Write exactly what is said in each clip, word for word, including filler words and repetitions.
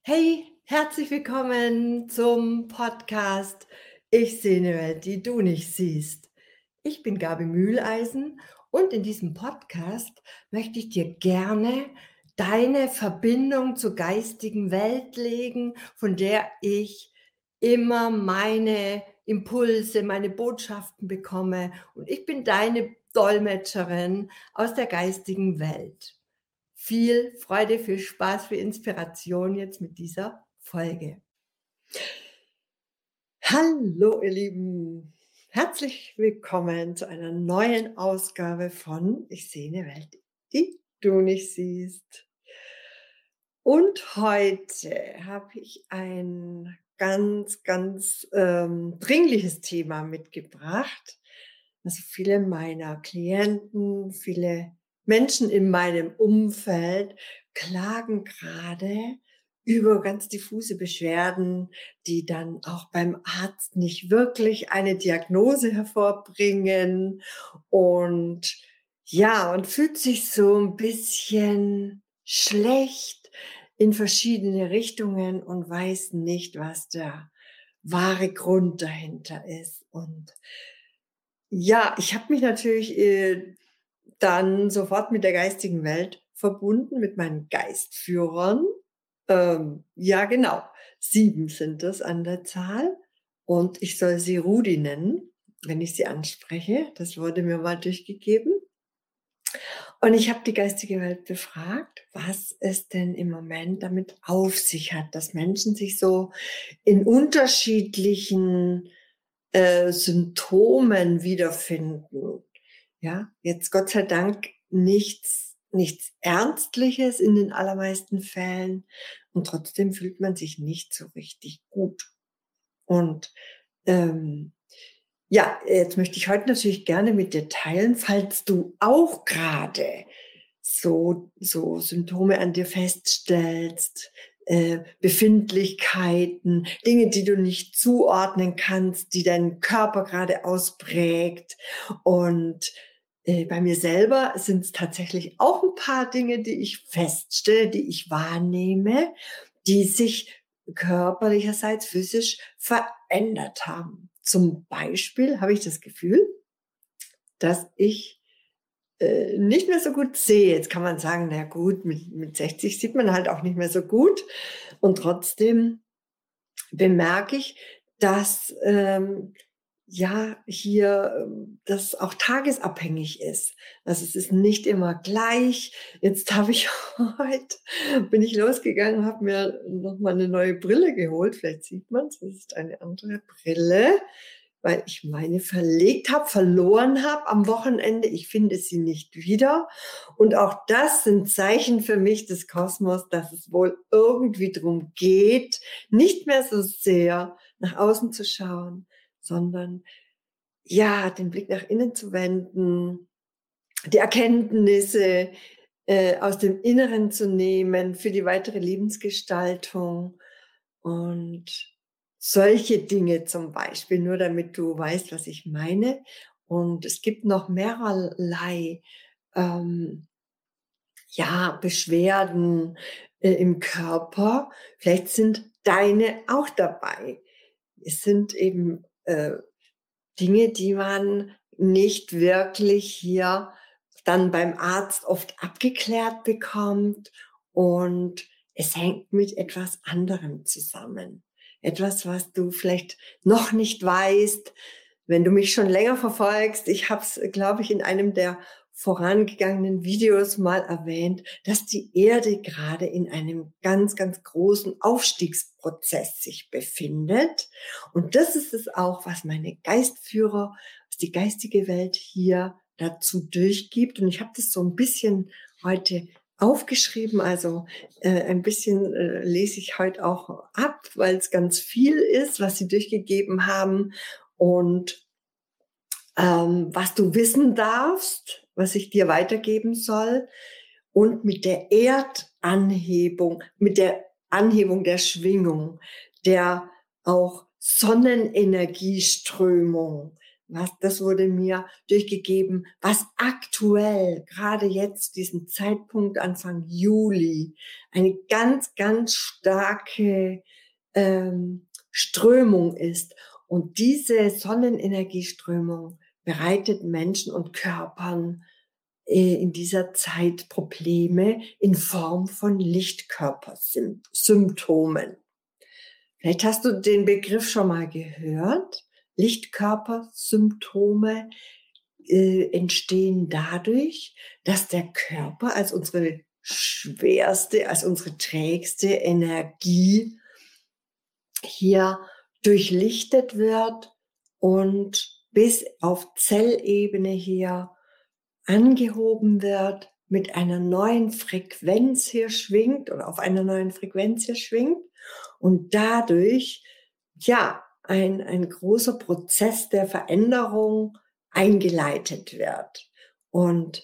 Hey, herzlich willkommen zum Podcast Ich sehe eine Welt, die du nicht siehst. Ich bin Gabi Mühleisen und in diesem Podcast möchte ich dir gerne deine Verbindung zur geistigen Welt legen, von der ich immer meine Impulse, meine Botschaften bekomme. Und ich bin deine Dolmetscherin aus der geistigen Welt. Viel Freude, viel Spaß, viel Inspiration jetzt mit dieser Folge. Hallo, ihr Lieben. Herzlich willkommen zu einer neuen Ausgabe von Ich sehe eine Welt, die du nicht siehst. Und heute habe ich ein ganz, ganz ähm, dringliches Thema mitgebracht. Also viele meiner Klienten, viele Menschen in meinem Umfeld klagen gerade über ganz diffuse Beschwerden, die dann auch beim Arzt nicht wirklich eine Diagnose hervorbringen. Und ja, man fühlt sich so ein bisschen schlecht in verschiedene Richtungen und weiß nicht, was der wahre Grund dahinter ist. Und ja, ich habe mich natürlich äh, dann sofort mit der geistigen Welt verbunden, mit meinen Geistführern. Ähm, ja, genau. Sieben sind es an der Zahl. Und ich soll sie Rudi nennen, wenn ich sie anspreche. Das wurde mir mal durchgegeben. Und ich habe die geistige Welt befragt, was es denn im Moment damit auf sich hat, dass Menschen sich so in unterschiedlichen äh, Symptomen wiederfinden. Ja, jetzt Gott sei Dank nichts, nichts Ernstliches in den allermeisten Fällen. Und trotzdem fühlt man sich nicht so richtig gut. Und ähm, ja, jetzt möchte ich heute natürlich gerne mit dir teilen, falls du auch gerade so, so Symptome an dir feststellst, äh, Befindlichkeiten, Dinge, die du nicht zuordnen kannst, die deinen Körper gerade ausprägt. Und äh, bei mir selber sind es tatsächlich auch ein paar Dinge, die ich feststelle, die ich wahrnehme, die sich körperlicherseits physisch verändert haben. Zum Beispiel habe ich das Gefühl, dass ich äh, nicht mehr so gut sehe. Jetzt kann man sagen, na gut, mit, mit sechzig sieht man halt auch nicht mehr so gut. Und trotzdem bemerke ich, dass ähm, ja hier ähm, das auch tagesabhängig ist. Also es ist nicht immer gleich. Jetzt habe ich heute, bin ich losgegangen, habe mir nochmal eine neue Brille geholt. Vielleicht sieht man es, das ist eine andere Brille, weil ich meine verlegt habe, verloren habe am Wochenende. Ich finde sie nicht wieder. Und auch das sind Zeichen für mich des Kosmos, dass es wohl irgendwie drum geht, nicht mehr so sehr nach außen zu schauen, sondern ja, den Blick nach innen zu wenden, die Erkenntnisse äh, aus dem Inneren zu nehmen für die weitere Lebensgestaltung und solche Dinge zum Beispiel, nur damit du weißt, was ich meine. Und es gibt noch mehrerlei ähm, ja, Beschwerden äh, im Körper. Vielleicht sind deine auch dabei. Es sind eben äh, Dinge, die man nicht wirklich hier dann beim Arzt oft abgeklärt bekommt, und es hängt mit etwas anderem zusammen. Etwas, was du vielleicht noch nicht weißt, wenn du mich schon länger verfolgst. Ich habe es, glaube ich, in einem der vorangegangenen Videos mal erwähnt, dass die Erde gerade in einem ganz, ganz großen Aufstiegsprozess sich befindet. Und das ist es auch, was meine Geistführer, was die geistige Welt hier dazu durchgibt. Und ich habe das so ein bisschen heute aufgeschrieben, also äh, ein bisschen äh, lese ich heute auch ab, weil es ganz viel ist, was sie durchgegeben haben. Und ähm, was du wissen darfst, was ich dir weitergeben soll, und mit der Erdanhebung, mit der Anhebung der Schwingung, der auch Sonnenenergieströmung, was, das wurde mir durchgegeben, was aktuell, gerade jetzt, diesen Zeitpunkt Anfang Juli, eine ganz, ganz starke ähm, Strömung ist. Und diese Sonnenenergieströmung bereitet Menschen und Körpern äh, in dieser Zeit Probleme in Form von Lichtkörpersymptomen. Vielleicht hast du den Begriff schon mal gehört. Lichtkörpersymptome äh, entstehen dadurch, dass der Körper als unsere schwerste, als unsere trägste Energie hier durchlichtet wird und bis auf Zellebene hier angehoben wird, mit einer neuen Frequenz hier schwingt oder auf einer neuen Frequenz hier schwingt und dadurch, ja, ein, ein großer Prozess der Veränderung eingeleitet wird. Und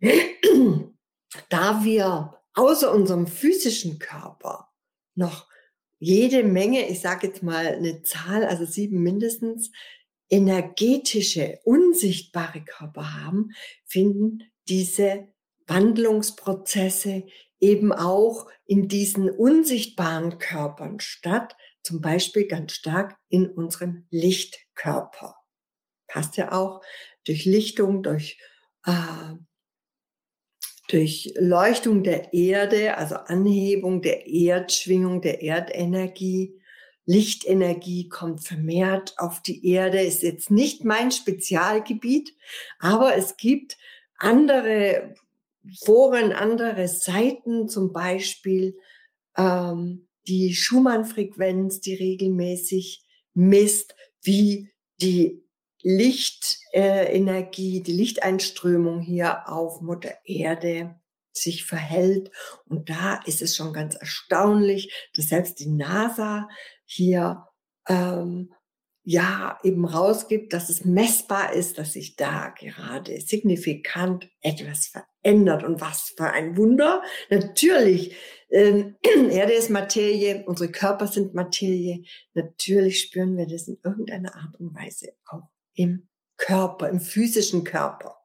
da wir außer unserem physischen Körper noch jede Menge, ich sage jetzt mal eine Zahl, also sieben mindestens, energetische, unsichtbare Körper haben, finden diese Wandlungsprozesse eben auch in diesen unsichtbaren Körpern statt, zum Beispiel ganz stark in unserem Lichtkörper. Passt ja auch durch Lichtung, durch, äh, durch Leuchtung der Erde, also Anhebung der Erdschwingung, der Erdenergie. Lichtenergie kommt vermehrt auf die Erde, ist jetzt nicht mein Spezialgebiet, aber es gibt andere Foren, andere Seiten, zum Beispiel ähm, die Schumann-Frequenz, die regelmäßig misst, wie die Lichtenergie, äh, die Lichteinströmung hier auf Mutter Erde sich verhält. Und da ist es schon ganz erstaunlich, dass selbst die NASA hier ähm, ja eben rausgibt, dass es messbar ist, dass sich da gerade signifikant etwas verändert. Und was für ein Wunder! Natürlich, ähm, Erde ist Materie, unsere Körper sind Materie. Natürlich spüren wir das in irgendeiner Art und Weise auch im Körper, im physischen Körper.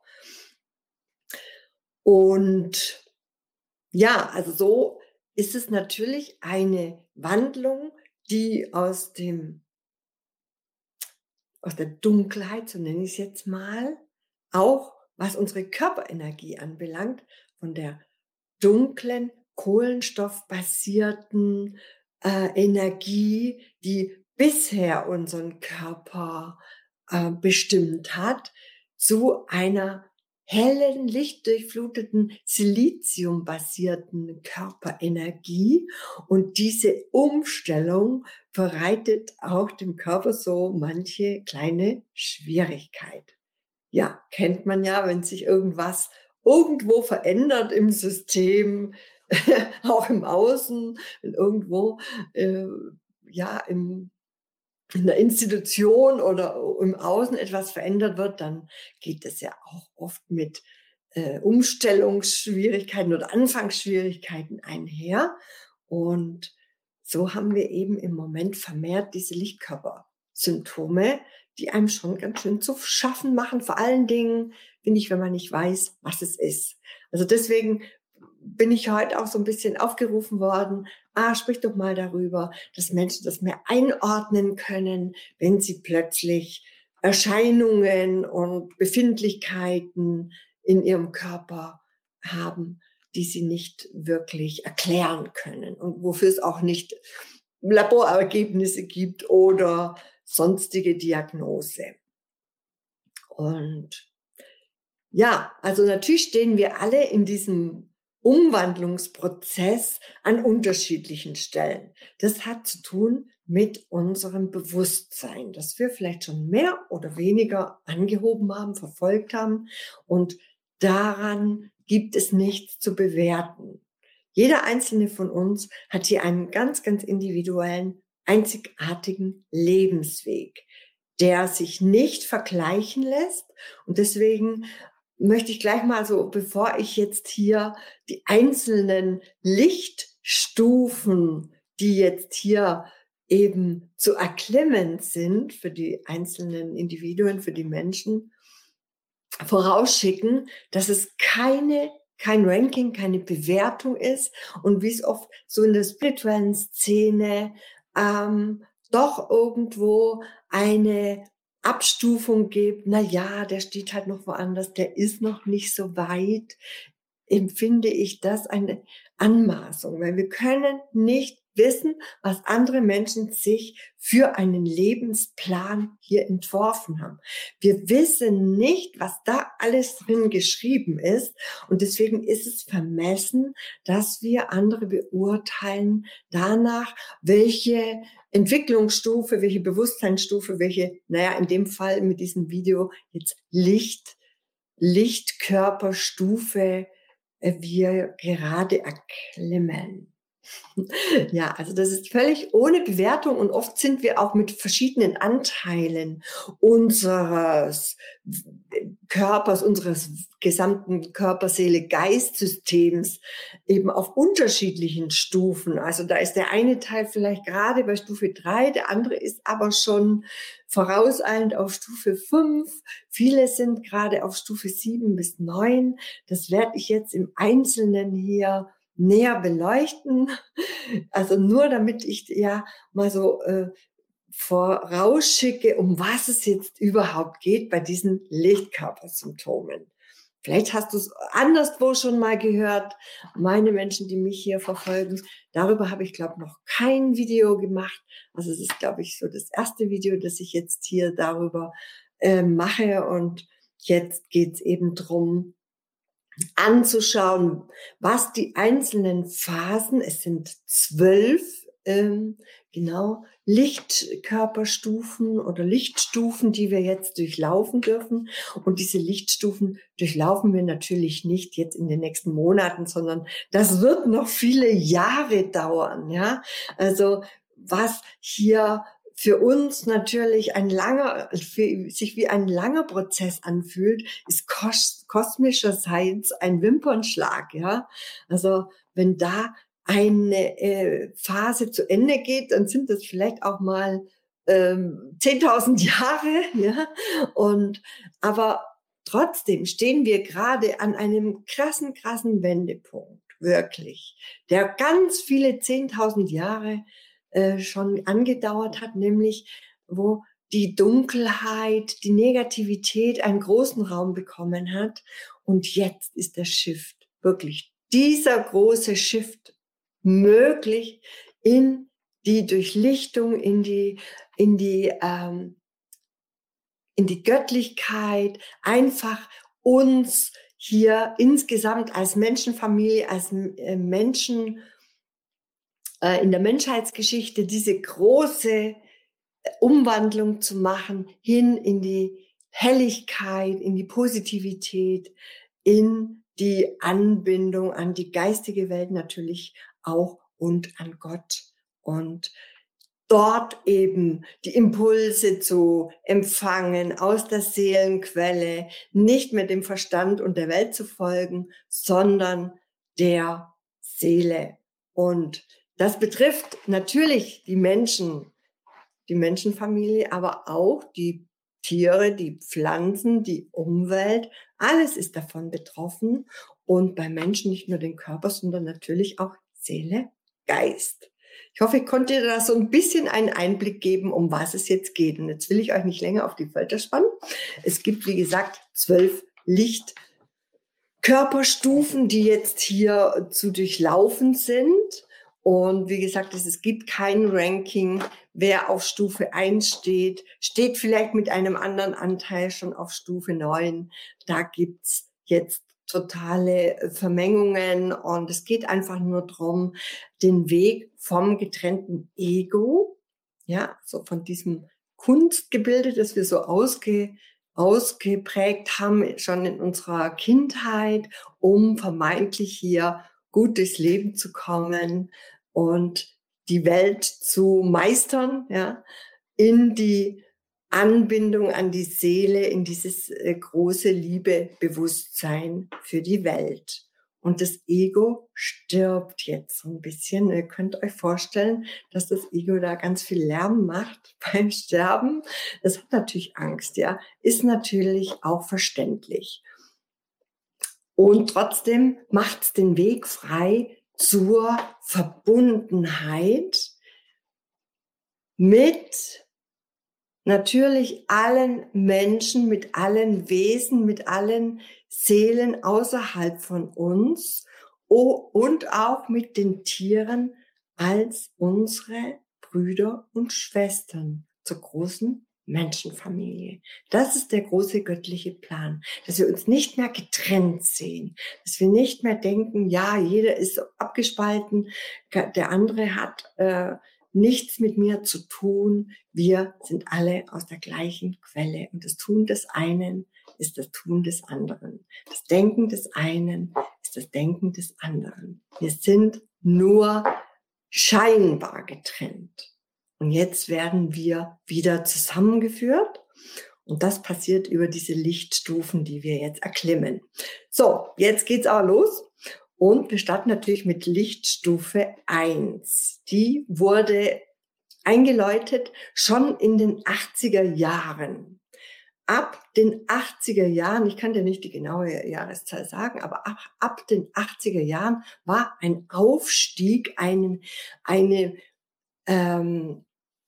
Und ja, also so ist es natürlich eine Wandlung, die aus dem, aus der Dunkelheit, so nenne ich es jetzt mal, auch was unsere Körperenergie anbelangt, von der dunklen, kohlenstoffbasierten äh, Energie, die bisher unseren Körper äh, bestimmt hat, zu einer hellen, lichtdurchfluteten, siliziumbasierten Körperenergie. Und diese Umstellung bereitet auch dem Körper so manche kleine Schwierigkeit. Ja, kennt man ja, wenn sich irgendwas irgendwo verändert im System, auch im Außen, wenn irgendwo äh, ja im in der Institution oder im Außen etwas verändert wird, dann geht es ja auch oft mit äh, Umstellungsschwierigkeiten oder Anfangsschwierigkeiten einher. Und so haben wir eben im Moment vermehrt diese Lichtkörpersymptome, die einem schon ganz schön zu schaffen machen. Vor allen Dingen, finde ich, wenn man nicht weiß, was es ist. Also deswegen bin ich heute auch so ein bisschen aufgerufen worden, ah, sprich doch mal darüber, dass Menschen das mehr einordnen können, wenn sie plötzlich Erscheinungen und Befindlichkeiten in ihrem Körper haben, die sie nicht wirklich erklären können und wofür es auch nicht Laborergebnisse gibt oder sonstige Diagnose. Und ja, also natürlich stehen wir alle in diesem Umwandlungsprozess an unterschiedlichen Stellen. Das hat zu tun mit unserem Bewusstsein, das wir vielleicht schon mehr oder weniger angehoben haben, verfolgt haben. Und daran gibt es nichts zu bewerten. Jeder einzelne von uns hat hier einen ganz, ganz individuellen, einzigartigen Lebensweg, der sich nicht vergleichen lässt. Und deswegen möchte ich gleich mal so, bevor ich jetzt hier die einzelnen Lichtstufen, die jetzt hier eben zu erklimmen sind für die einzelnen Individuen, für die Menschen, vorausschicken, dass es keine kein Ranking, keine Bewertung ist und wie es oft so in der spirituellen Szene ähm, doch irgendwo eine Abstufung gibt. Na ja, der steht halt noch woanders, der ist noch nicht so weit. Empfinde ich das eine Anmaßung, weil wir können nicht wissen, was andere Menschen sich für einen Lebensplan hier entworfen haben. Wir wissen nicht, was da alles drin geschrieben ist und deswegen ist es vermessen, dass wir andere beurteilen danach, welche Entwicklungsstufe, welche Bewusstseinsstufe, welche, naja, in dem Fall mit diesem Video jetzt Licht, Lichtkörperstufe äh, wir gerade erklimmen. Ja, also das ist völlig ohne Bewertung und oft sind wir auch mit verschiedenen Anteilen unseres Körpers, unseres gesamten Körper, Seele, Geistsystems eben auf unterschiedlichen Stufen. Also da ist der eine Teil vielleicht gerade bei Stufe drei, der andere ist aber schon vorauseilend auf Stufe fünf. Viele sind gerade auf Stufe sieben bis neun. Das werde ich jetzt im Einzelnen hier näher beleuchten. Also nur damit ich ja mal so äh, vorausschicke, um was es jetzt überhaupt geht bei diesen Lichtkörpersymptomen. Vielleicht hast du es anderswo schon mal gehört. Meine Menschen, die mich hier verfolgen, darüber habe ich, glaube ich, noch kein Video gemacht. Also es ist, glaube ich, so das erste Video, das ich jetzt hier darüber äh, mache. Und jetzt geht es eben drum, anzuschauen, was die einzelnen Phasen, es sind zwölf, ähm, genau, Lichtkörperstufen oder Lichtstufen, die wir jetzt durchlaufen dürfen. Und diese Lichtstufen durchlaufen wir natürlich nicht jetzt in den nächsten Monaten, sondern das wird noch viele Jahre dauern, ja. Also, was hier für uns natürlich ein langer, für, sich wie ein langer Prozess anfühlt, ist kos kosmischerseits ein Wimpernschlag, ja. Also wenn da eine äh, Phase zu Ende geht, dann sind das vielleicht auch mal ähm, zehntausend Jahre, ja. Und aber trotzdem stehen wir gerade an einem krassen, krassen Wendepunkt, wirklich, der ganz viele zehntausend Jahre äh, schon angedauert hat, nämlich wo die Dunkelheit, die Negativität einen großen Raum bekommen hat. Und jetzt ist der Shift, wirklich dieser große Shift möglich in die Durchlichtung, in die, in die, ähm, in die Göttlichkeit, einfach uns hier insgesamt als Menschenfamilie, als äh, Menschen äh, in der Menschheitsgeschichte diese große Umwandlung zu machen hin in die Helligkeit, in die Positivität, in die Anbindung an die geistige Welt natürlich auch und an Gott und dort eben die Impulse zu empfangen aus der Seelenquelle, nicht mit dem Verstand und der Welt zu folgen, sondern der Seele. Und das betrifft natürlich die Menschen, die Menschenfamilie, aber auch die Tiere, die Pflanzen, die Umwelt. Alles ist davon betroffen. Und bei Menschen nicht nur den Körper, sondern natürlich auch Seele, Geist. Ich hoffe, ich konnte dir da so ein bisschen einen Einblick geben, um was es jetzt geht. Und jetzt will ich euch nicht länger auf die Folter spannen. Es gibt, wie gesagt, zwölf Lichtkörperstufen, die jetzt hier zu durchlaufen sind. Und wie gesagt, es, es gibt kein Ranking. Wer auf Stufe eins steht, steht vielleicht mit einem anderen Anteil schon auf Stufe neun. Da gibt's jetzt totale Vermengungen und es geht einfach nur drum, den Weg vom getrennten Ego, ja, so von diesem Kunstgebilde, das wir so ausge, ausgeprägt haben, schon in unserer Kindheit, um vermeintlich hier gut durchs Leben zu kommen und die Welt zu meistern, ja, in die Anbindung an die Seele, in dieses äh, große Liebebewusstsein für die Welt. Und das Ego stirbt jetzt so ein bisschen. Ihr könnt euch vorstellen, dass das Ego da ganz viel Lärm macht beim Sterben. Das hat natürlich Angst, ja, ist natürlich auch verständlich. Und trotzdem macht es den Weg frei zur Verbundenheit mit natürlich allen Menschen, mit allen Wesen, mit allen Seelen außerhalb von uns und auch mit den Tieren als unsere Brüder und Schwestern zur großen Menschenfamilie. Das ist der große göttliche Plan, dass wir uns nicht mehr getrennt sehen, dass wir nicht mehr denken, ja, jeder ist abgespalten, der andere hat äh, nichts mit mir zu tun. Wir sind alle aus der gleichen Quelle. Und das Tun des einen ist das Tun des anderen. Das Denken des einen ist das Denken des anderen. Wir sind nur scheinbar getrennt. Und jetzt werden wir wieder zusammengeführt. Und das passiert über diese Lichtstufen, die wir jetzt erklimmen. So, jetzt geht's aber los. Und wir starten natürlich mit Lichtstufe eins. Die wurde eingeläutet schon in den achtziger Jahren. Ab den achtziger Jahren, ich kann dir nicht die genaue Jahreszahl sagen, aber ab, ab den achtziger Jahren war ein Aufstieg, einen, eine ähm,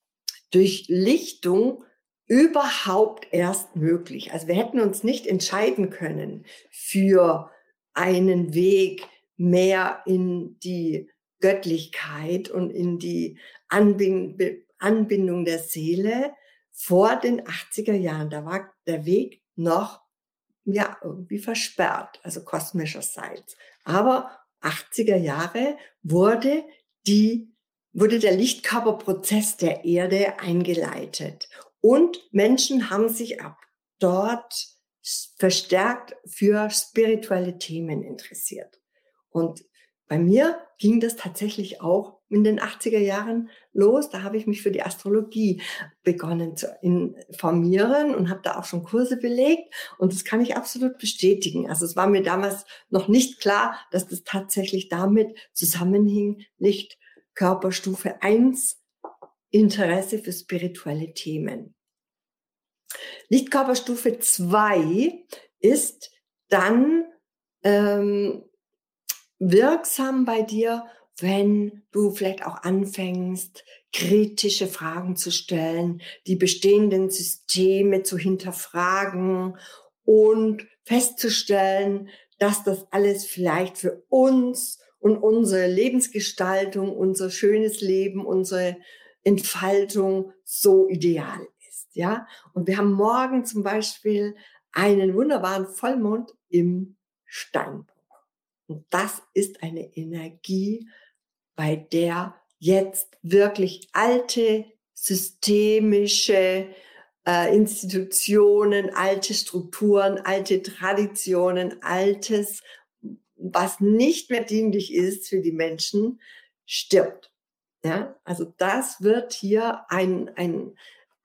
Durchlichtung überhaupt erst möglich. Also wir hätten uns nicht entscheiden können für einen Weg mehr in die Göttlichkeit und in die Anbindung der Seele vor den achtziger Jahren. Da war der Weg noch, ja, irgendwie versperrt, also kosmischerseits. Aber achtziger Jahre wurde die, wurde der Lichtkörperprozess der Erde eingeleitet. Und Menschen haben sich ab dort verstärkt für spirituelle Themen interessiert. Und bei mir ging das tatsächlich auch in den achtziger Jahren los. Da habe ich mich für die Astrologie begonnen zu informieren und habe da auch schon Kurse belegt. Und das kann ich absolut bestätigen. Also es war mir damals noch nicht klar, dass das tatsächlich damit zusammenhing, Lichtkörperstufe eins, Interesse für spirituelle Themen. Lichtkörperstufe zwei ist dann ähm, wirksam bei dir, wenn du vielleicht auch anfängst, kritische Fragen zu stellen, die bestehenden Systeme zu hinterfragen und festzustellen, dass das alles vielleicht für uns und unsere Lebensgestaltung, unser schönes Leben, unsere Entfaltung so ideal ist, ja. Und wir haben morgen zum Beispiel einen wunderbaren Vollmond im Steinbock. Und das ist eine Energie, bei der jetzt wirklich alte systemische äh, Institutionen, alte Strukturen, alte Traditionen, altes, was nicht mehr dienlich ist für die Menschen, stirbt. Ja, also das wird hier ein, ein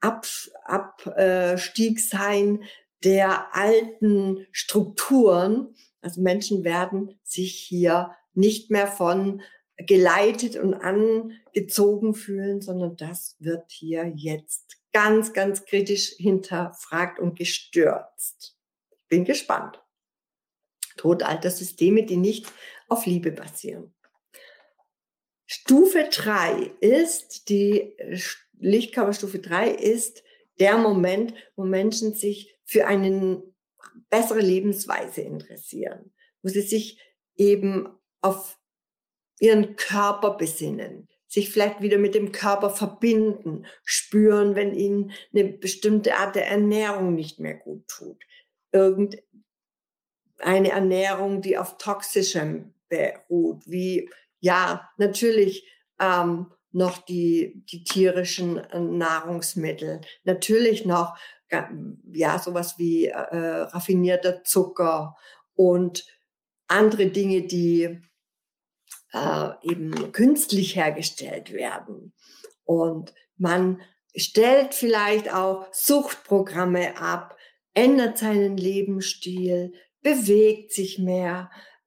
Abstieg sein der alten Strukturen. Also Menschen werden sich hier nicht mehr von geleitet und angezogen fühlen, sondern das wird hier jetzt ganz, ganz kritisch hinterfragt und gestürzt. Ich bin gespannt. Tod alter Systeme, die nicht auf Liebe basieren. Stufe drei ist, die Lichtkörperstufe drei ist der Moment, wo Menschen sich für eine bessere Lebensweise interessieren, wo sie sich eben auf ihren Körper besinnen, sich vielleicht wieder mit dem Körper verbinden, spüren, wenn ihnen eine bestimmte Art der Ernährung nicht mehr gut tut. Irgendeine Ernährung, die auf Toxischem beruht, wie ja, natürlich ähm, noch die, die tierischen äh, Nahrungsmittel, natürlich noch ja, sowas wie äh, raffinierter Zucker und andere Dinge, die äh, eben künstlich hergestellt werden. Und man stellt vielleicht auch Suchtprogramme ab, ändert seinen Lebensstil, bewegt sich mehr,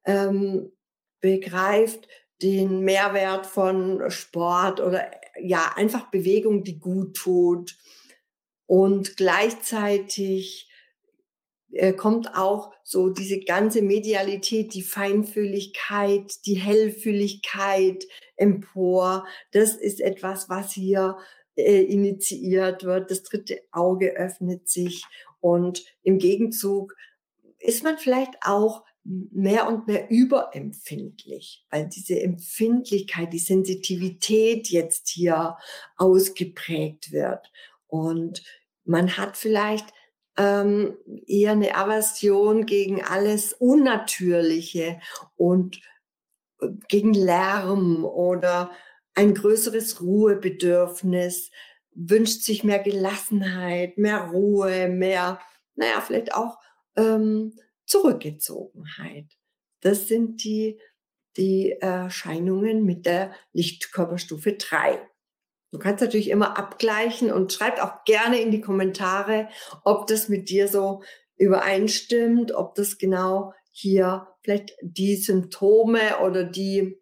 ähm, begreift den Mehrwert von Sport oder ja, einfach Bewegung, die gut tut. Und gleichzeitig äh, kommt auch so diese ganze Medialität, die Feinfühligkeit, die Hellfühligkeit empor. Das ist etwas, was hier äh, initiiert wird. Das dritte Auge öffnet sich und im Gegenzug ist man vielleicht auch mehr und mehr überempfindlich, weil diese Empfindlichkeit, die Sensitivität jetzt hier ausgeprägt wird. Und man hat vielleicht ähm, eher eine Aversion gegen alles Unnatürliche und äh, gegen Lärm oder ein größeres Ruhebedürfnis, wünscht sich mehr Gelassenheit, mehr Ruhe, mehr, naja, vielleicht auch ähm, Zurückgezogenheit. Das sind die, die Erscheinungen mit der Lichtkörperstufe drei. Du kannst natürlich immer abgleichen und schreib auch gerne in die Kommentare, ob das mit dir so übereinstimmt, ob das genau hier vielleicht die Symptome oder die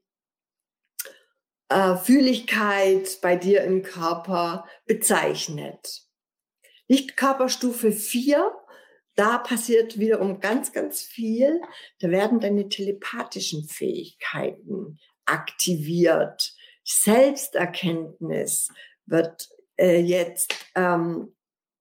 äh, Fühligkeit bei dir im Körper bezeichnet. Lichtkörperstufe vier, da passiert wiederum ganz, ganz viel. Da werden deine telepathischen Fähigkeiten aktiviert. Selbsterkenntnis wird äh, jetzt ähm,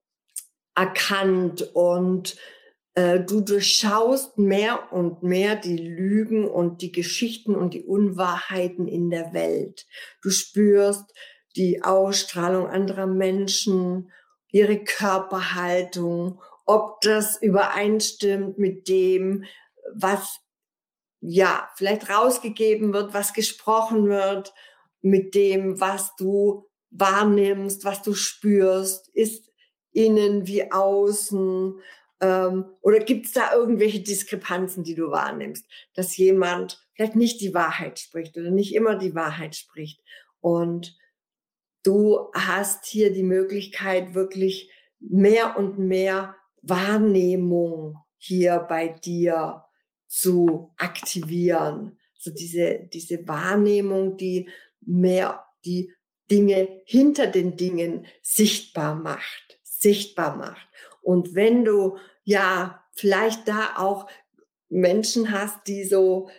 erkannt und äh, du durchschaust mehr und mehr die Lügen und die Geschichten und die Unwahrheiten in der Welt. Du spürst die Ausstrahlung anderer Menschen, ihre Körperhaltung, ob das übereinstimmt mit dem, was ja vielleicht rausgegeben wird, was gesprochen wird, mit dem, was du wahrnimmst, was du spürst, ist innen wie außen, ähm, oder gibt es da irgendwelche Diskrepanzen, die du wahrnimmst, dass jemand vielleicht nicht die Wahrheit spricht oder nicht immer die Wahrheit spricht. Und du hast hier die Möglichkeit, wirklich mehr und mehr Wahrnehmung hier bei dir zu aktivieren. So diese, diese Wahrnehmung, die mehr die Dinge hinter den Dingen sichtbar macht, sichtbar macht. Und wenn du ja vielleicht da auch Menschen hast, die so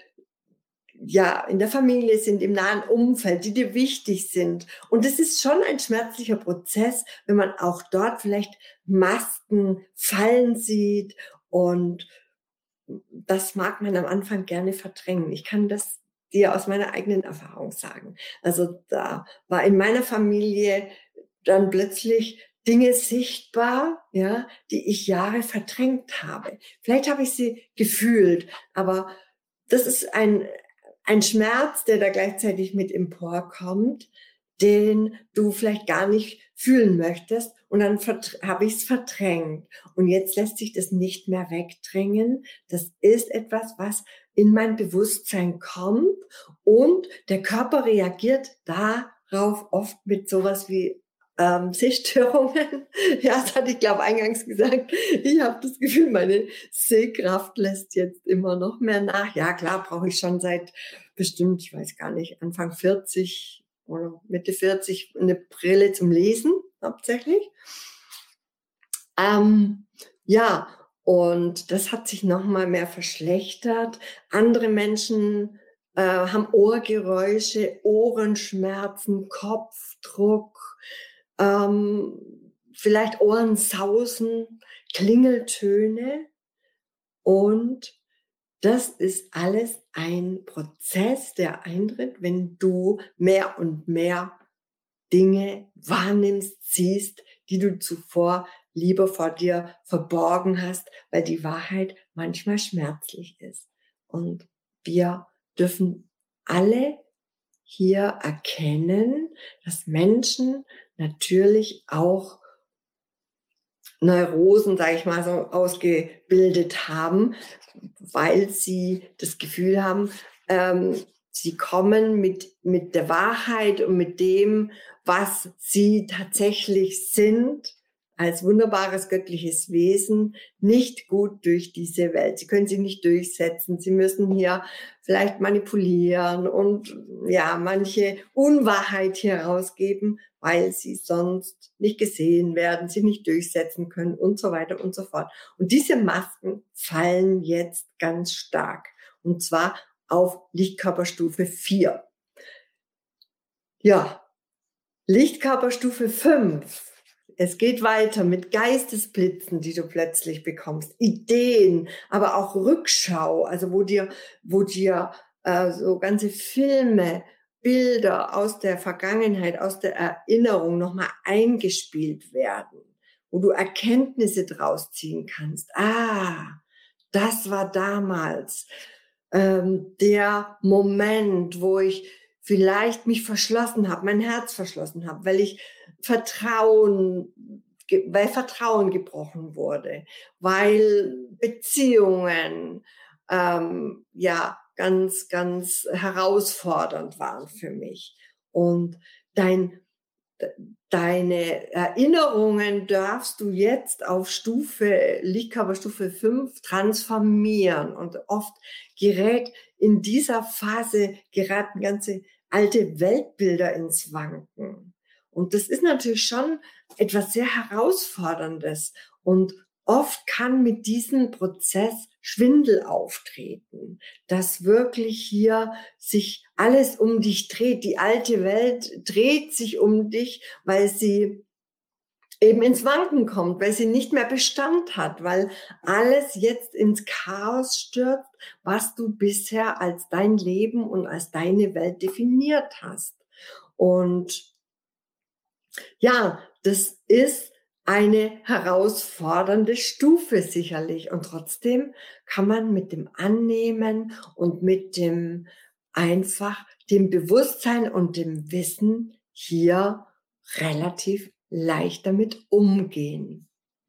ja in der Familie sind, im nahen Umfeld, die dir wichtig sind. Und es ist schon ein schmerzlicher Prozess, wenn man auch dort vielleicht Masken fallen sieht, und das mag man am Anfang gerne verdrängen. Ich kann das dir aus meiner eigenen Erfahrung sagen. Also da war in meiner Familie dann plötzlich Dinge sichtbar, ja, die ich Jahre verdrängt habe. Vielleicht habe ich sie gefühlt, aber das ist ein, ein Schmerz, der da gleichzeitig mit emporkommt, den du vielleicht gar nicht fühlen möchtest. Und dann habe ich es verdrängt. Und jetzt lässt sich das nicht mehr wegdrängen. Das ist etwas, was in mein Bewusstsein kommt. Und der Körper reagiert darauf oft mit sowas wie ähm, Sehstörungen. Ja, das hatte ich, glaube eingangs gesagt. Ich habe das Gefühl, meine Sehkraft lässt jetzt immer noch mehr nach. Ja, klar, brauche ich schon seit bestimmt, ich weiß gar nicht, Anfang vierzig oder Mitte vierzig eine Brille zum Lesen, hauptsächlich. Ähm, ja, und das hat sich noch mal mehr verschlechtert. Andere Menschen äh, haben Ohrgeräusche, Ohrenschmerzen, Kopfdruck, ähm, vielleicht Ohrensausen, Klingeltöne. Und das ist alles ein Prozess, der eintritt, wenn du mehr und mehr Dinge wahrnimmst, siehst, die du zuvor lieber vor dir verborgen hast, weil die Wahrheit manchmal schmerzlich ist. Und wir dürfen alle hier erkennen, dass Menschen natürlich auch Neurosen, sage ich mal, so ausgebildet haben, weil sie das Gefühl haben, ähm, sie kommen mit, mit der Wahrheit und mit dem, was sie tatsächlich sind, als wunderbares göttliches Wesen nicht gut durch diese Welt. Sie können sich nicht durchsetzen. Sie müssen hier vielleicht manipulieren und ja, manche Unwahrheit hier rausgeben, weil sie sonst nicht gesehen werden, sie nicht durchsetzen können und so weiter und so fort. Und diese Masken fallen jetzt ganz stark. Und zwar auf Lichtkörperstufe vier. Ja, Lichtkörperstufe fünf. Es geht weiter mit Geistesblitzen, die du plötzlich bekommst, Ideen, aber auch Rückschau, also wo dir, wo dir äh, so ganze Filme, Bilder aus der Vergangenheit, aus der Erinnerung nochmal eingespielt werden, wo du Erkenntnisse draus ziehen kannst. Ah, das war damals ähm, der Moment, wo ich vielleicht mich verschlossen habe, mein Herz verschlossen habe, weil ich Vertrauen, weil Vertrauen gebrochen wurde, weil Beziehungen ähm, ja ganz, ganz herausfordernd waren für mich. Und dein Deine Erinnerungen darfst du jetzt auf Stufe, Lichtkörperstufe fünf transformieren. Und oft gerät in dieser Phase geraten ganze alte Weltbilder ins Wanken. Und das ist natürlich schon etwas sehr Herausforderndes. Und oft kann mit diesem Prozess Schwindel auftreten, dass wirklich hier sich alles um dich dreht. Die alte Welt dreht sich um dich, weil sie eben ins Wanken kommt, weil sie nicht mehr Bestand hat, weil alles jetzt ins Chaos stürzt, was du bisher als dein Leben und als deine Welt definiert hast. Und ja, das ist eine herausfordernde Stufe sicherlich. Und trotzdem kann man mit dem Annehmen und mit dem einfach dem Bewusstsein und dem Wissen hier relativ leicht damit umgehen.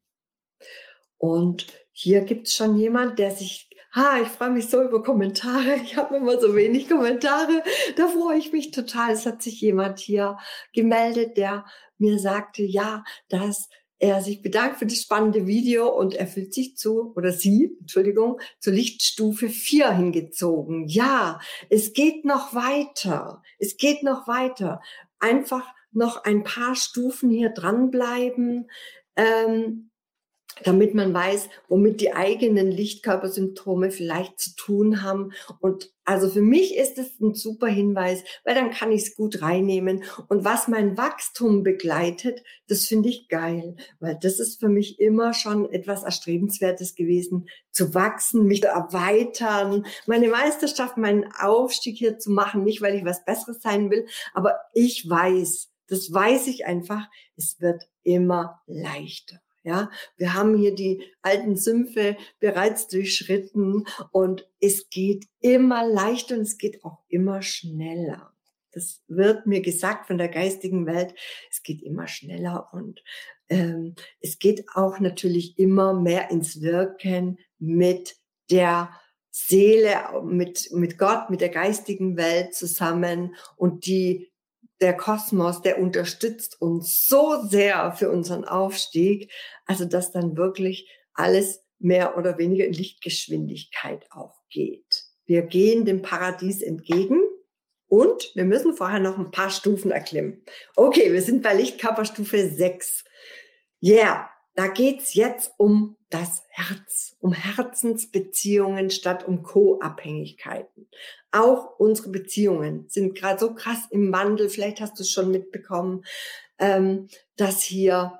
Und hier gibt's schon jemand, der sich, ha, ich freue mich so über Kommentare. Ich habe immer so wenig Kommentare. Da freue ich mich total. Es hat sich jemand hier gemeldet, der mir sagte, ja, dass er sich bedankt für das spannende Video und er fühlt sich zu, oder sie, Entschuldigung, zur Lichtstufe vier hingezogen. Ja, es geht noch weiter. Es geht noch weiter. Einfach noch ein paar Stufen hier dranbleiben. Ähm, damit man weiß, womit die eigenen Lichtkörpersymptome vielleicht zu tun haben. Und also für mich ist es ein super Hinweis, weil dann kann ich es gut reinnehmen. Und was mein Wachstum begleitet, das finde ich geil, weil das ist für mich immer schon etwas Erstrebenswertes gewesen, zu wachsen, mich zu erweitern, meine Meisterschaft, meinen Aufstieg hier zu machen, nicht weil ich was Besseres sein will, aber ich weiß, das weiß ich einfach, es wird immer leichter. Ja, wir haben hier die alten Sümpfe bereits durchschritten und es geht immer leichter und es geht auch immer schneller. Das wird mir gesagt von der geistigen Welt. Es geht immer schneller und ähm, es geht auch natürlich immer mehr ins Wirken mit der Seele, mit, mit Gott, mit der geistigen Welt zusammen und die der Kosmos, der unterstützt uns so sehr für unseren Aufstieg, also dass dann wirklich alles mehr oder weniger in Lichtgeschwindigkeit auch geht. Wir gehen dem Paradies entgegen und wir müssen vorher noch ein paar Stufen erklimmen. Okay, wir sind bei Lichtkörperstufe sechs. Yeah, da geht's jetzt um das Herz, um Herzensbeziehungen statt um Co-Abhängigkeiten. Auch unsere Beziehungen sind gerade so krass im Wandel. Vielleicht hast du es schon mitbekommen, ähm, dass hier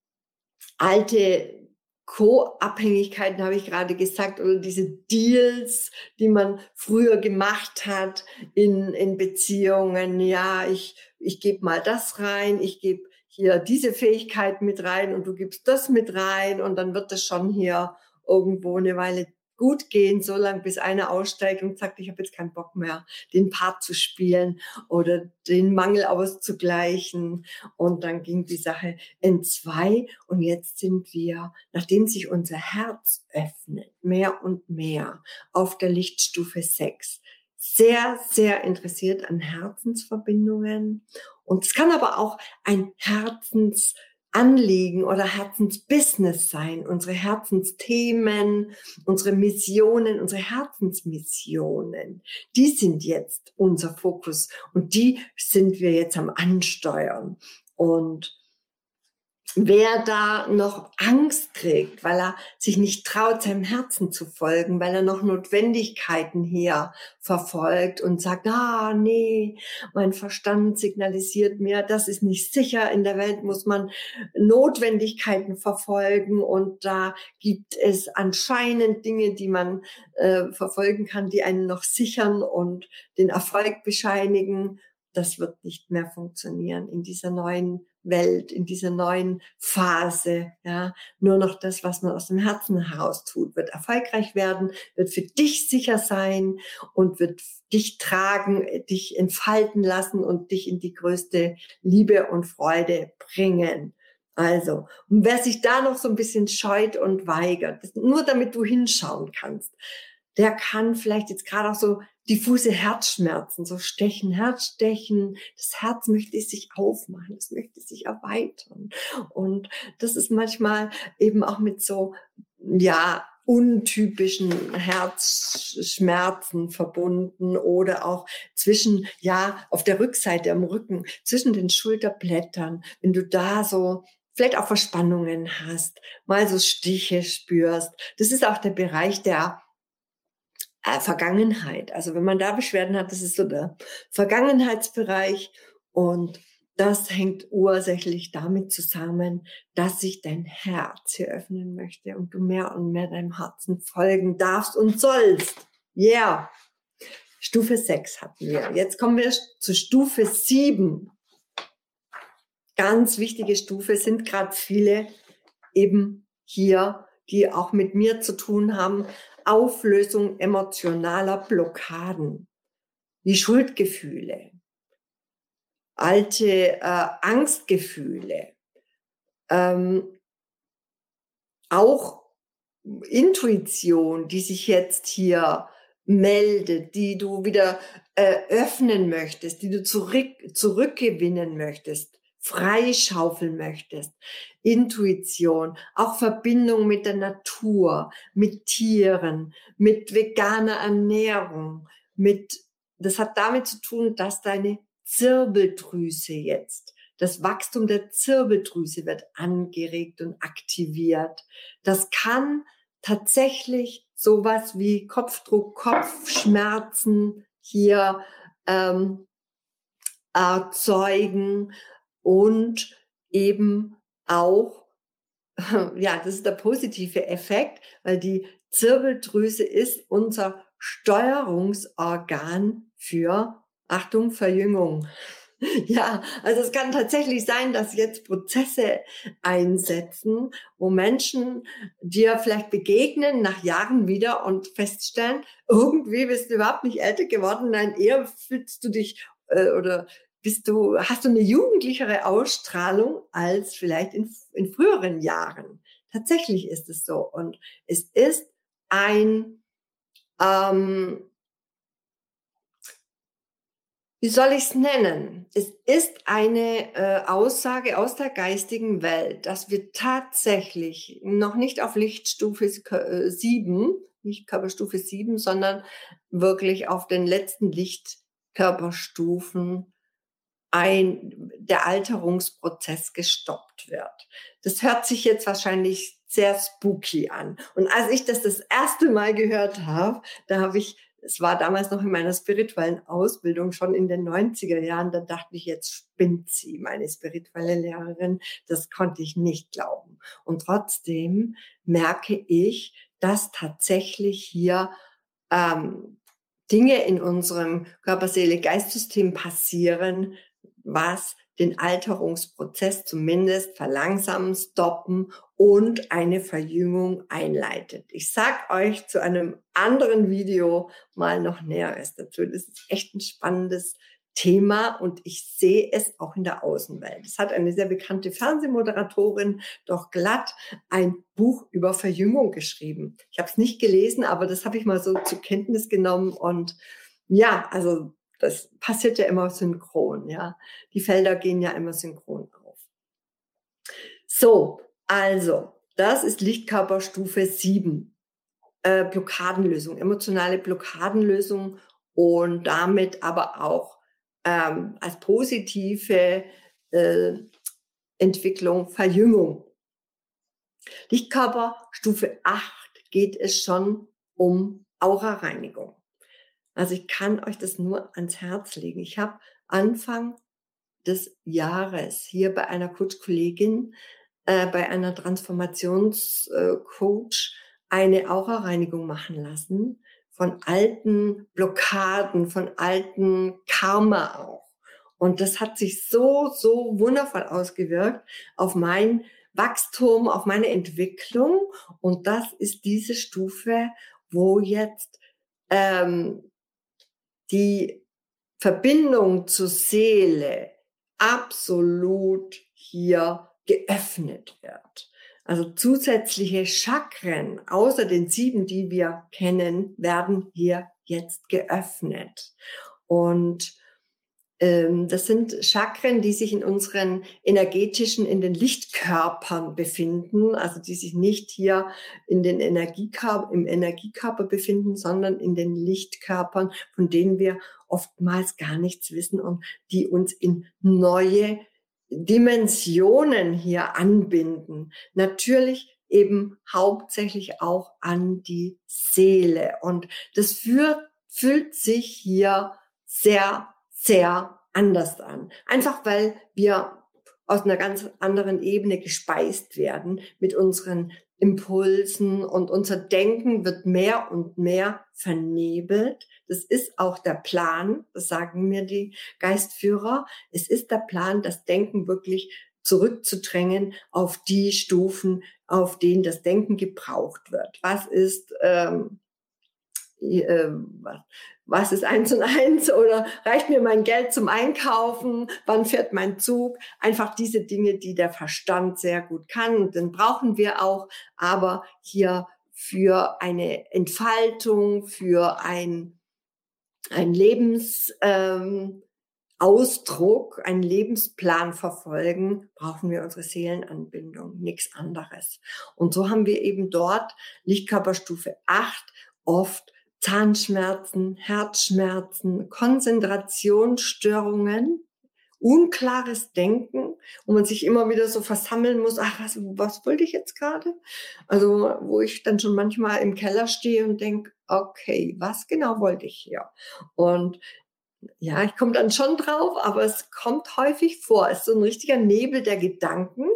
alte Co-Abhängigkeiten, habe ich gerade gesagt, oder diese Deals, die man früher gemacht hat in, in Beziehungen. Ja, ich, ich gebe mal das rein, ich gebe hier diese Fähigkeit mit rein und du gibst das mit rein und dann wird das schon hier irgendwo eine Weile gut gehen, so lange bis einer aussteigt und sagt, ich habe jetzt keinen Bock mehr, den Part zu spielen oder den Mangel auszugleichen. Und dann ging die Sache in zwei und jetzt sind wir, nachdem sich unser Herz öffnet, mehr und mehr auf der Lichtstufe sechs, sehr, sehr interessiert an Herzensverbindungen. Und es kann aber auch ein Herzens Anliegen oder Herzensbusiness sein, unsere Herzensthemen, unsere Missionen, unsere Herzensmissionen. Die sind jetzt unser Fokus und die sind wir jetzt am Ansteuern. Und wer da noch Angst trägt, weil er sich nicht traut, seinem Herzen zu folgen, weil er noch Notwendigkeiten hier verfolgt und sagt, ah, nee, mein Verstand signalisiert mir, das ist nicht sicher. In der Welt muss man Notwendigkeiten verfolgen und da gibt es anscheinend Dinge, die man äh, verfolgen kann, die einen noch sichern und den Erfolg bescheinigen. Das wird nicht mehr funktionieren in dieser neuen Welt, in dieser neuen Phase. Ja, nur noch das, was man aus dem Herzen heraus tut, wird erfolgreich werden, wird für dich sicher sein und wird dich tragen, dich entfalten lassen und dich in die größte Liebe und Freude bringen. Also, und wer sich da noch so ein bisschen scheut und weigert, nur damit du hinschauen kannst, der kann vielleicht jetzt gerade auch so diffuse Herzschmerzen, so Stechen, Herzstechen. Das Herz möchte sich aufmachen, es möchte sich erweitern. Und das ist manchmal eben auch mit so, ja, untypischen Herzschmerzen verbunden oder auch zwischen, ja, auf der Rückseite am Rücken, zwischen den Schulterblättern, wenn du da so vielleicht auch Verspannungen hast, mal so Stiche spürst. Das ist auch der Bereich der Äh, Vergangenheit. Also wenn man da Beschwerden hat, das ist so der Vergangenheitsbereich und das hängt ursächlich damit zusammen, dass sich dein Herz hier öffnen möchte und du mehr und mehr deinem Herzen folgen darfst und sollst. Yeah. Stufe sechs hatten wir. Jetzt kommen wir zu Stufe sieben. Ganz wichtige Stufe, sind gerade viele eben hier, die auch mit mir zu tun haben. Auflösung emotionaler Blockaden, wie Schuldgefühle, alte äh, Angstgefühle, ähm, auch Intuition, die sich jetzt hier meldet, die du wieder äh, öffnen möchtest, die du zurück, zurückgewinnen möchtest, freischaufeln möchtest. Intuition, auch Verbindung mit der Natur, mit Tieren, mit veganer Ernährung, mit, das hat damit zu tun, dass deine Zirbeldrüse jetzt, das Wachstum der Zirbeldrüse wird angeregt und aktiviert. Das kann tatsächlich sowas wie Kopfdruck, Kopfschmerzen hier ähm, erzeugen und eben auch, ja, das ist der positive Effekt, weil die Zirbeldrüse ist unser Steuerungsorgan für, Achtung, Verjüngung. Ja, also es kann tatsächlich sein, dass jetzt Prozesse einsetzen, wo Menschen dir vielleicht begegnen nach Jahren wieder und feststellen, irgendwie bist du überhaupt nicht älter geworden, nein, eher fühlst du dich äh, oder bist du, hast du eine jugendlichere Ausstrahlung als vielleicht in, in früheren Jahren. Tatsächlich ist es so und es ist ein ähm, wie soll ich es nennen? Es ist eine äh, Aussage aus der geistigen Welt, dass wir tatsächlich noch nicht auf Lichtstufe äh, sieben, nicht Körperstufe sieben, sondern wirklich auf den letzten Lichtkörperstufen ein, der Alterungsprozess gestoppt wird. Das hört sich jetzt wahrscheinlich sehr spooky an. Und als ich das das erste Mal gehört habe, da habe ich, es war damals noch in meiner spirituellen Ausbildung, schon in den neunziger Jahren, da dachte ich, jetzt spinnt sie, meine spirituelle Lehrerin. Das konnte ich nicht glauben. Und trotzdem merke ich, dass tatsächlich hier ähm, Dinge in unserem Körper-Seele-Geist-System passieren, was den Alterungsprozess zumindest verlangsamen, stoppen und eine Verjüngung einleitet. Ich sag euch zu einem anderen Video mal noch Näheres dazu. Das ist echt ein spannendes Thema und ich sehe es auch in der Außenwelt. Es hat eine sehr bekannte Fernsehmoderatorin doch glatt ein Buch über Verjüngung geschrieben. Ich habe es nicht gelesen, aber das habe ich mal so zur Kenntnis genommen und ja, also das passiert ja immer synchron, ja. Die Felder gehen ja immer synchron auf. So, also, das ist Lichtkörperstufe sieben. Äh, Blockadenlösung, emotionale Blockadenlösung und damit aber auch ähm, als positive äh, Entwicklung Verjüngung. Lichtkörperstufe acht geht es schon um Aurareinigung. Also ich kann euch das nur ans Herz legen. Ich habe Anfang des Jahres hier bei einer Coach-Kollegin, äh, bei einer Transformationscoach eine Aura-Reinigung machen lassen von alten Blockaden, von alten Karma auch. Und das hat sich so, so wundervoll ausgewirkt auf mein Wachstum, auf meine Entwicklung. Und das ist diese Stufe, wo jetzt ähm, die Verbindung zur Seele absolut hier geöffnet wird. Also zusätzliche Chakren, außer den sieben, die wir kennen, werden hier jetzt geöffnet. Und ähm, das sind Chakren, die sich in unseren energetischen, in den Lichtkörpern befinden, also die sich nicht hier in den Energiekörper, im Energiekörper befinden, sondern in den Lichtkörpern, von denen wir oftmals gar nichts wissen und die uns in neue Dimensionen hier anbinden. Natürlich eben hauptsächlich auch an die Seele. Und das führt, fühlt sich hier sehr, sehr anders an. Einfach weil wir aus einer ganz anderen Ebene gespeist werden mit unseren Impulsen und unser Denken wird mehr und mehr vernebelt. Das ist auch der Plan, das sagen mir die Geistführer. Es ist der Plan, das Denken wirklich zurückzudrängen auf die Stufen, auf denen das Denken gebraucht wird. Was ist ähm, äh, was, was ist eins und eins oder reicht mir mein Geld zum Einkaufen? Wann fährt mein Zug? Einfach diese Dinge, die der Verstand sehr gut kann. Und den brauchen wir auch. Aber hier für eine Entfaltung, für ein, ein Lebensausdruck, ähm, Ausdruck, einen Lebensplan verfolgen, brauchen wir unsere Seelenanbindung, nichts anderes. Und so haben wir eben dort Lichtkörperstufe acht oft Zahnschmerzen, Herzschmerzen, Konzentrationsstörungen, unklares Denken, wo man sich immer wieder so versammeln muss, ach, was, was wollte ich jetzt gerade? Also, wo ich dann schon manchmal im Keller stehe und denke, okay, was genau wollte ich hier? Und ja, ich komme dann schon drauf, aber es kommt häufig vor. Es ist so ein richtiger Nebel der Gedanken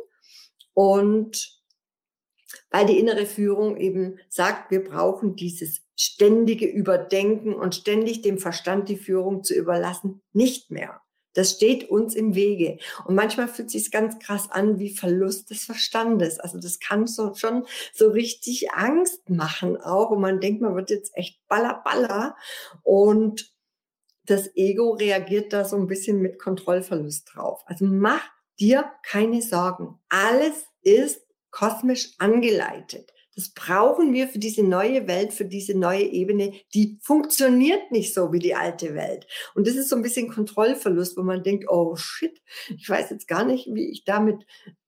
und weil die innere Führung eben sagt, wir brauchen dieses ständige Überdenken und ständig dem Verstand die Führung zu überlassen, nicht mehr. Das steht uns im Wege. Und manchmal fühlt sich ganz krass an wie Verlust des Verstandes. Also das kann so, schon so richtig Angst machen auch. Und man denkt, man wird jetzt echt baller, baller. Und das Ego reagiert da so ein bisschen mit Kontrollverlust drauf. Also mach dir keine Sorgen. Alles ist kosmisch angeleitet. Das brauchen wir für diese neue Welt, für diese neue Ebene. Die funktioniert nicht so wie die alte Welt. Und das ist so ein bisschen Kontrollverlust, wo man denkt, oh shit, ich weiß jetzt gar nicht, wie ich damit,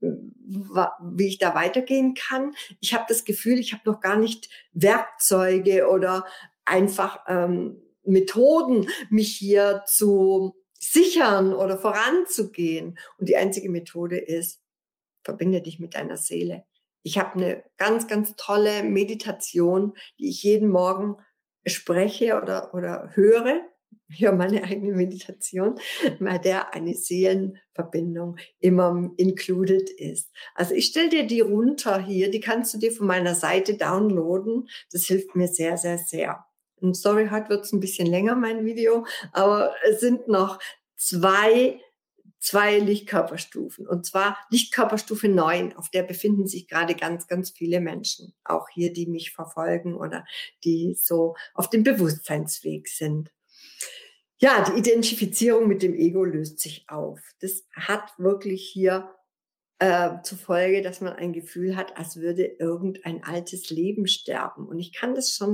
wie ich da weitergehen kann. Ich habe das Gefühl, ich habe noch gar nicht Werkzeuge oder einfach ähm, Methoden, mich hier zu sichern oder voranzugehen. Und die einzige Methode ist, verbinde dich mit deiner Seele. Ich habe eine ganz, ganz tolle Meditation, die ich jeden Morgen spreche oder, oder höre. Ich höre meine eigene Meditation, bei der eine Seelenverbindung immer included ist. Also ich stelle dir die runter hier, die kannst du dir von meiner Seite downloaden. Das hilft mir sehr, sehr, sehr. Und sorry, heute wird es ein bisschen länger, mein Video, aber es sind noch zwei zwei Lichtkörperstufen. Und zwar Lichtkörperstufe neun, auf der befinden sich gerade ganz, ganz viele Menschen. Auch hier, die mich verfolgen oder die so auf dem Bewusstseinsweg sind. Ja, die Identifizierung mit dem Ego löst sich auf. Das hat wirklich hier äh, zur Folge, dass man ein Gefühl hat, als würde irgendein altes Leben sterben. Und ich kann das schon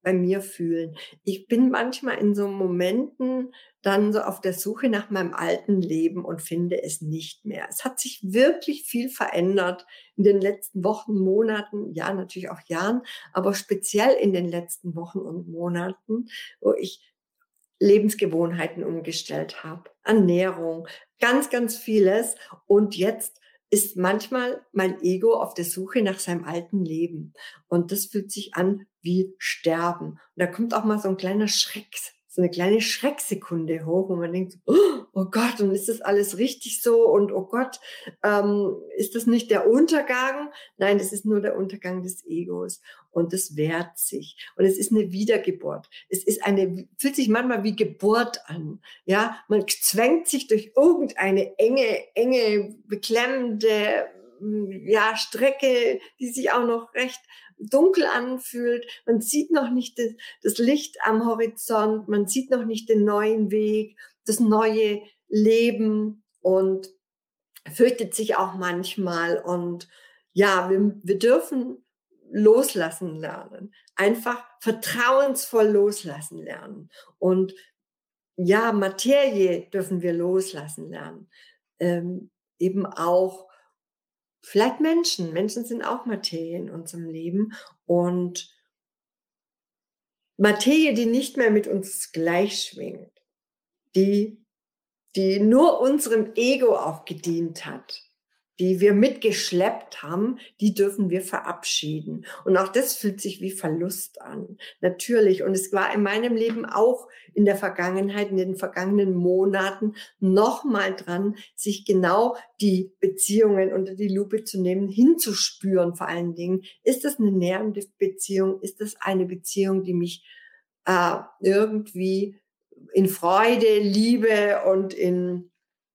bei mir fühlen. Ich bin manchmal in so Momenten dann so auf der Suche nach meinem alten Leben und finde es nicht mehr. Es hat sich wirklich viel verändert in den letzten Wochen, Monaten, ja, natürlich auch Jahren, aber speziell in den letzten Wochen und Monaten, wo ich Lebensgewohnheiten umgestellt habe, Ernährung, ganz, ganz vieles. Und jetzt ist manchmal mein Ego auf der Suche nach seinem alten Leben. Und das fühlt sich an wie Sterben. Und da kommt auch mal so ein kleiner Schreck, so eine kleine Schrecksekunde hoch, wo man denkt, oh Gott, und ist das alles richtig so? Und oh Gott, ähm, ist das nicht der Untergang? Nein, das ist nur der Untergang des Egos. Und das wehrt sich. Und es ist eine Wiedergeburt. Es ist eine, fühlt sich manchmal wie Geburt an. Ja, man zwängt sich durch irgendeine enge, enge, beklemmende, ja, Strecke, die sich auch noch recht dunkel anfühlt. Man sieht noch nicht das, das Licht am Horizont. Man sieht noch nicht den neuen Weg, das neue Leben und fürchtet sich auch manchmal. Und ja, wir, wir dürfen loslassen lernen. Einfach vertrauensvoll loslassen lernen. Und ja, Materie dürfen wir loslassen lernen. Ähm, eben auch vielleicht Menschen. Menschen sind auch Materie in unserem Leben. Und Materie, die nicht mehr mit uns gleich schwingt, die, die nur unserem Ego auch gedient hat, die wir mitgeschleppt haben, die dürfen wir verabschieden. Und auch das fühlt sich wie Verlust an. Natürlich. Und es war in meinem Leben auch in der Vergangenheit, in den vergangenen Monaten nochmal dran, sich genau die Beziehungen unter die Lupe zu nehmen, hinzuspüren vor allen Dingen. Ist das eine nährende Beziehung? Ist das eine Beziehung, die mich äh, irgendwie in Freude, Liebe und in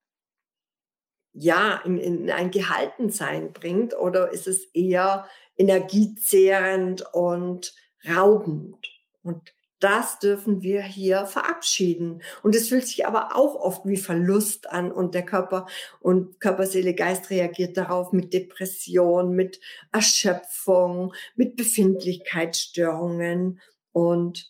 ja, in, in ein Gehaltensein bringt, oder ist es eher energiezehrend und raubend? Und das dürfen wir hier verabschieden. Und es fühlt sich aber auch oft wie Verlust an, und der Körper und Körper, Seele, Geist reagiert darauf mit Depression, mit Erschöpfung, mit Befindlichkeitsstörungen, und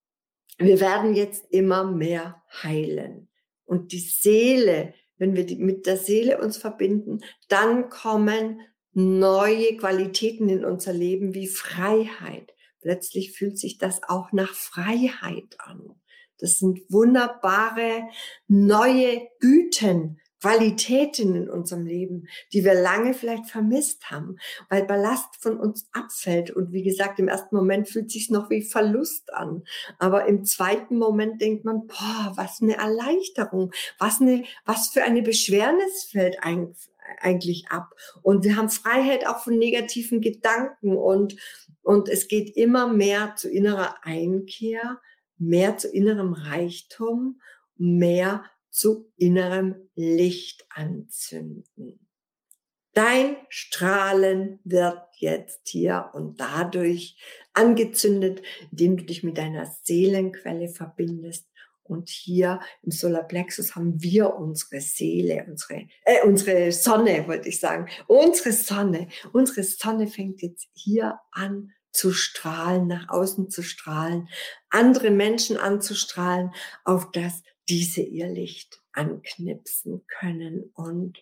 wir werden jetzt immer mehr heilen. Und die Seele, wenn wir die, mit der Seele uns verbinden, dann kommen neue Qualitäten in unser Leben wie Freiheit. Plötzlich fühlt sich das auch nach Freiheit an. Das sind wunderbare neue Güten, Qualitäten in unserem Leben, die wir lange vielleicht vermisst haben, weil Ballast von uns abfällt. Und wie gesagt, im ersten Moment fühlt es sich noch wie Verlust an. Aber im zweiten Moment denkt man, boah, was eine Erleichterung, was eine, was für eine Beschwernis fällt eigentlich ab. Und wir haben Freiheit auch von negativen Gedanken, und, und es geht immer mehr zu innerer Einkehr, mehr zu innerem Reichtum, mehr zu innerem Licht anzünden. Dein Strahlen wird jetzt hier und dadurch angezündet, indem du dich mit deiner Seelenquelle verbindest. Und hier im Solarplexus haben wir unsere Seele, unsere, äh, unsere Sonne, wollte ich sagen. Unsere Sonne. Unsere Sonne fängt jetzt hier an zu strahlen, nach außen zu strahlen, andere Menschen anzustrahlen, auf das diese ihr Licht anknipsen können. Und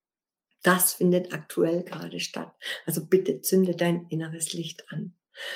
das findet aktuell gerade statt. Also bitte zünde dein inneres Licht an.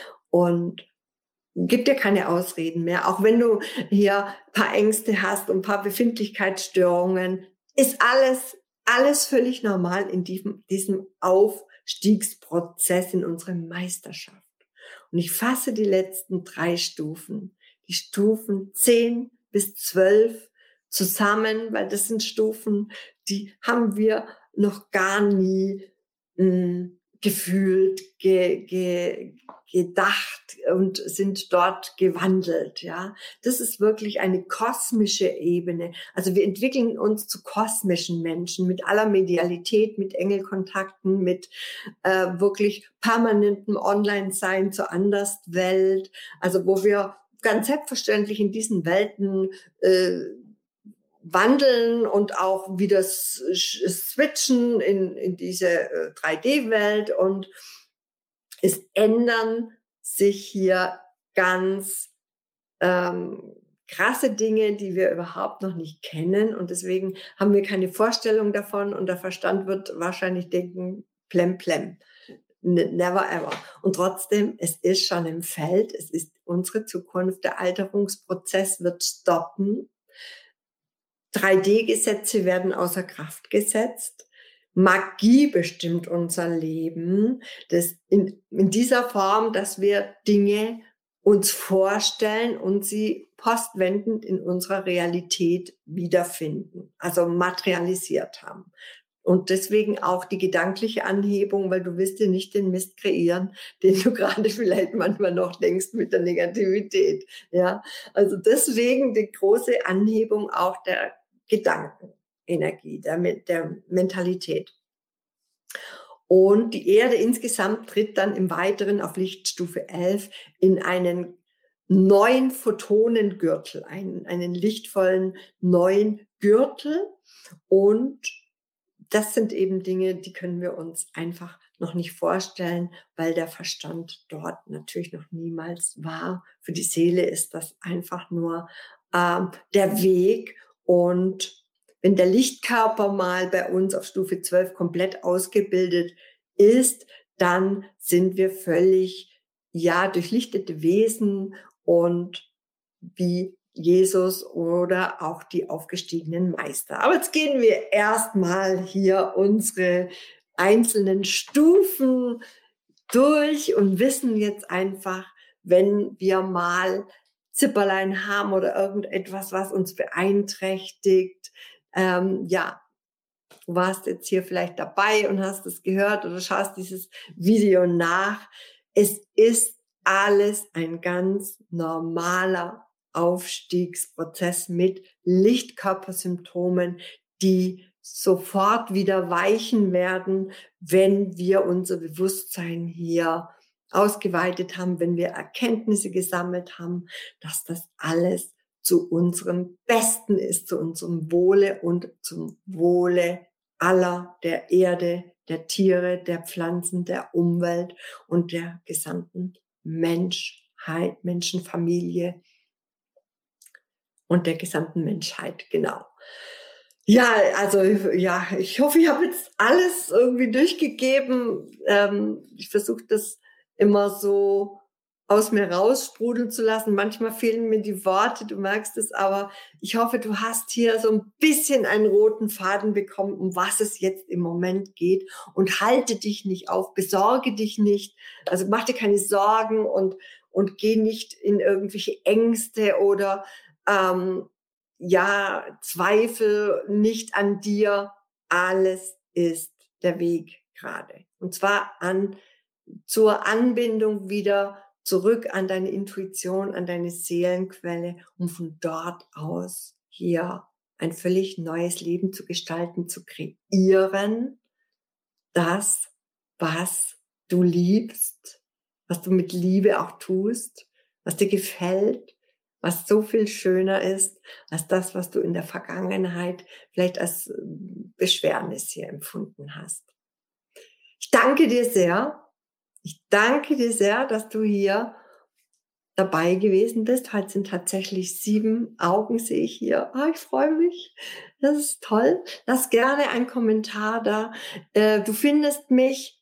Und gib dir keine Ausreden mehr. Auch wenn du hier ein paar Ängste hast und ein paar Befindlichkeitsstörungen, ist alles, alles völlig normal in diesem, diesem Aufstiegsprozess in unserer Meisterschaft. Und ich fasse die letzten drei Stufen, die Stufen zehn bis zwölf zusammen, weil das sind Stufen, die haben wir noch gar nie mh, gefühlt, ge, ge, gedacht und sind dort gewandelt, ja. Das ist wirklich eine kosmische Ebene. Also wir entwickeln uns zu kosmischen Menschen mit aller Medialität, mit Engelkontakten, mit äh, wirklich permanentem Online-Sein zur Anderswelt, also wo wir ganz selbstverständlich in diesen Welten äh, wandeln und auch wieder switchen in, in diese äh, drei D-Welt, und es ändern sich hier ganz ähm, krasse Dinge, die wir überhaupt noch nicht kennen und deswegen haben wir keine Vorstellung davon und der Verstand wird wahrscheinlich denken: „Plem, plem, ne never ever." Und trotzdem, es ist schon im Feld, es ist unsere Zukunft, der Alterungsprozess wird stoppen. drei D-Gesetze werden außer Kraft gesetzt. Magie bestimmt unser Leben, das in in dieser Form, dass wir Dinge uns vorstellen und sie postwendend in unserer Realität wiederfinden, also materialisiert haben. Und deswegen auch die gedankliche Anhebung, weil du willst dir nicht den Mist kreieren, den du grade vielleicht manchmal noch denkst mit der Negativität, ja? Also, deswegen die große Anhebung auch der Gedankenenergie, der Me der Mentalität. Und die Erde insgesamt tritt dann im Weiteren auf Lichtstufe elf in einen neuen Photonengürtel ein, einen lichtvollen neuen Gürtel. Und das sind eben Dinge, die können wir uns einfach noch nicht vorstellen, weil der Verstand dort natürlich noch niemals war. Für die Seele ist das einfach nur, ähm, der Weg. Und wenn der Lichtkörper mal bei uns auf Stufe zwölf komplett ausgebildet ist, dann sind wir völlig, ja, durchlichtete Wesen und wie Jesus oder auch die aufgestiegenen Meister. Aber jetzt gehen wir erst mal hier unsere einzelnen Stufen durch und wissen jetzt einfach, wenn wir mal Zipperlein haben oder irgendetwas, was uns beeinträchtigt, ähm, ja, du warst jetzt hier vielleicht dabei und hast es gehört oder schaust dieses Video nach. Es ist alles ein ganz normaler Aufstiegsprozess mit Lichtkörpersymptomen, die sofort wieder weichen werden, wenn wir unser Bewusstsein hier ausgeweitet haben, wenn wir Erkenntnisse gesammelt haben, dass das alles zu unserem Besten ist, zu unserem Wohle und zum Wohle aller, der Erde, der Tiere, der Pflanzen, der Umwelt und der gesamten Menschheit, Menschenfamilie und der gesamten Menschheit, genau. Ja, also ja, ich hoffe, ich habe jetzt alles irgendwie durchgegeben. Ähm, ich versuche das immer so aus mir raussprudeln zu lassen. Manchmal fehlen mir die Worte, du merkst es, aber ich hoffe, du hast hier so ein bisschen einen roten Faden bekommen, um was es jetzt im Moment geht und halte dich nicht auf, besorge dich nicht, also mach dir keine Sorgen und und geh nicht in irgendwelche Ängste oder, ähm, ja, Zweifel nicht an dir. Alles ist der Weg gerade. Und zwar an zur Anbindung wieder zurück an deine Intuition, an deine Seelenquelle, um von dort aus hier ein völlig neues Leben zu gestalten, zu kreieren, das, was du liebst, was du mit Liebe auch tust, was dir gefällt, was so viel schöner ist als das, was du in der Vergangenheit vielleicht als äh, Beschwernis hier empfunden hast. Ich danke dir sehr. Ich danke dir sehr, dass du hier dabei gewesen bist. Heute sind tatsächlich sieben Augen, sehe ich hier. Ah, ich freue mich. Das ist toll. Lass gerne einen Kommentar da. Äh, du findest mich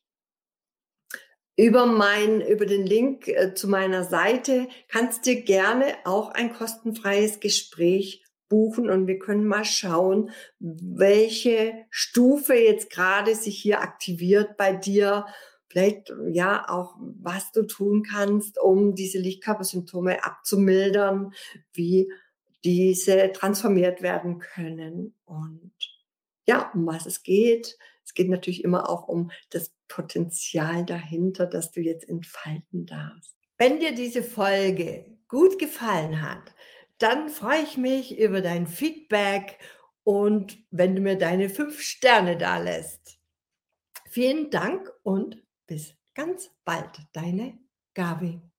über mein über den Link, äh, zu meiner Seite, kannst dir gerne auch ein kostenfreies Gespräch buchen und wir können mal schauen, welche Stufe jetzt gerade sich hier aktiviert bei dir. Vielleicht, ja, auch, was du tun kannst, um diese Lichtkörpersymptome abzumildern, wie diese transformiert werden können und ja, um was es geht. Es geht natürlich immer auch um das Potenzial dahinter, das du jetzt entfalten darfst. Wenn dir diese Folge gut gefallen hat, dann freue ich mich über dein Feedback und wenn du mir deine fünf Sterne dalässt. Vielen Dank und bis ganz bald, deine Gabi.